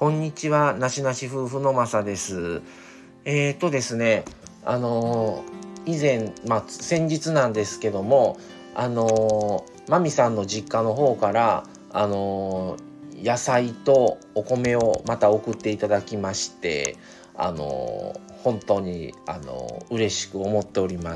こんにちは、なしなし夫婦のまさです。ですね、以前、先日なんですけども、マミさんの実家の方から、野菜とお米をまた送っていただきまして、本当に、嬉しく思っております。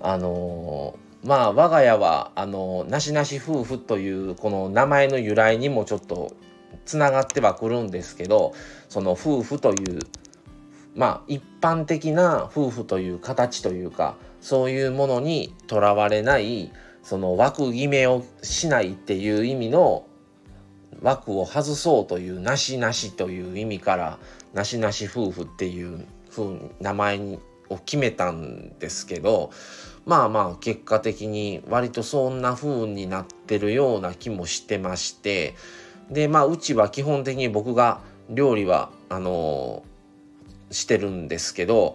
我が家はなしなし夫婦というこの名前の由来にもちょっとつながってはくるんですけど、その夫婦という一般的な夫婦という形というか、そういうものにとらわれない、その枠決めをしないっていう意味の枠を外そうというなしなしという意味からなしなし夫婦っていう名前を決めたんですけど、結果的に割とそんな風になってるような気もしてまして、でうちは基本的に僕が料理はしてるんですけど、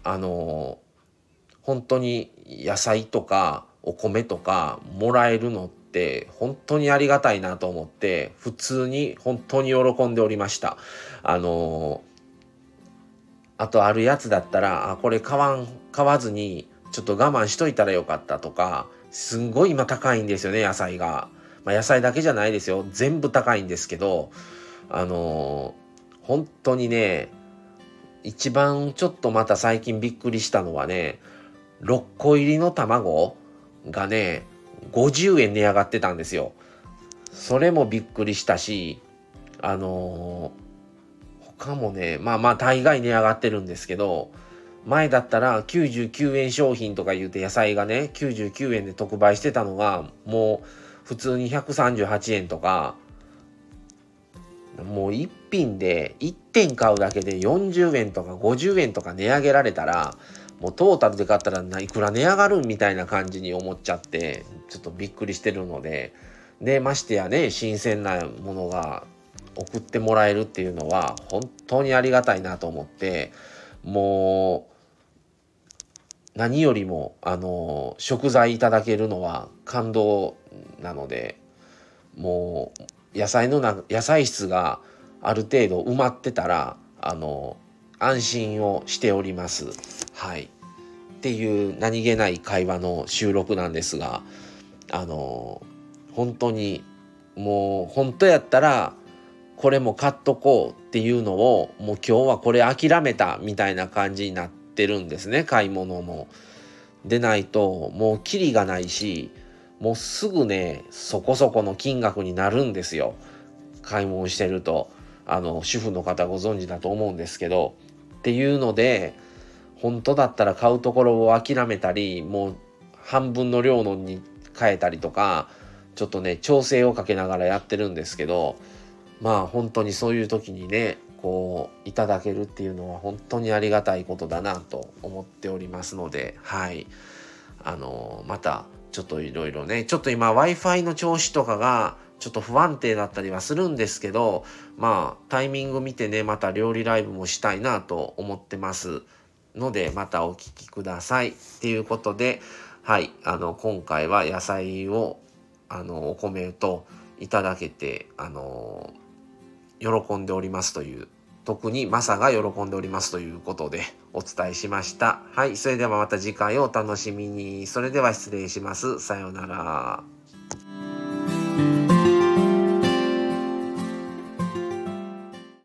本当に野菜とかお米とかもらえるのって本当にありがたいなと思って、普通に本当に喜んでおりました。あとあるやつだったら、これ買わずにちょっと我慢しといたらよかったとか、すんごい今高いんですよね、野菜が。野菜だけじゃないですよ、全部高いんですけど、本当にね、一番ちょっとまた最近びっくりしたのはね、6個入りの卵がね、50円値上がってたんですよ。それもびっくりしたし、他もね、大概値上がってるんですけど、前だったら99円商品とか言うて野菜がね、99円で特売してたのが、もう普通に138円とか、もう一品で1点買うだけで40円とか50円とか値上げられたら、もうトータルで買ったらいくら値上がるんみたいな感じに思っちゃって、ちょっとびっくりしてるので、ましてやね、新鮮なものが送ってもらえるっていうのは本当にありがたいなと思って、もう何よりも食材いただけるのは感動なので、もう野菜室がある程度埋まってたら安心をしております。はい。っていう何気ない会話の収録なんですが、本当にもう本当やったらこれも買っとこうっていうのを、もう今日はこれ諦めたみたいな感じになってるんですね、買い物も。でないともうキリがないし、もうすぐねそこそこの金額になるんですよ、買い物してると。主婦の方ご存知だと思うんですけど、っていうので本当だったら買うところを諦めたり、もう半分の量のに変えたりとか、ちょっとね調整をかけながらやってるんですけど、本当にそういう時にねこういただけるっていうのは本当にありがたいことだなと思っておりますので、はい。またちょっといろいろね、ちょっと今 Wi-Fi の調子とかがちょっと不安定だったりはするんですけど、タイミング見てね、また料理ライブもしたいなと思ってますので、またお聞きくださいっていうことで、はい、今回は野菜をお米といただけて喜んでおりますという、特にマサが喜んでおりますということでお伝えしました。はい、それではまた次回をお楽しみに。それでは失礼します。さようなら。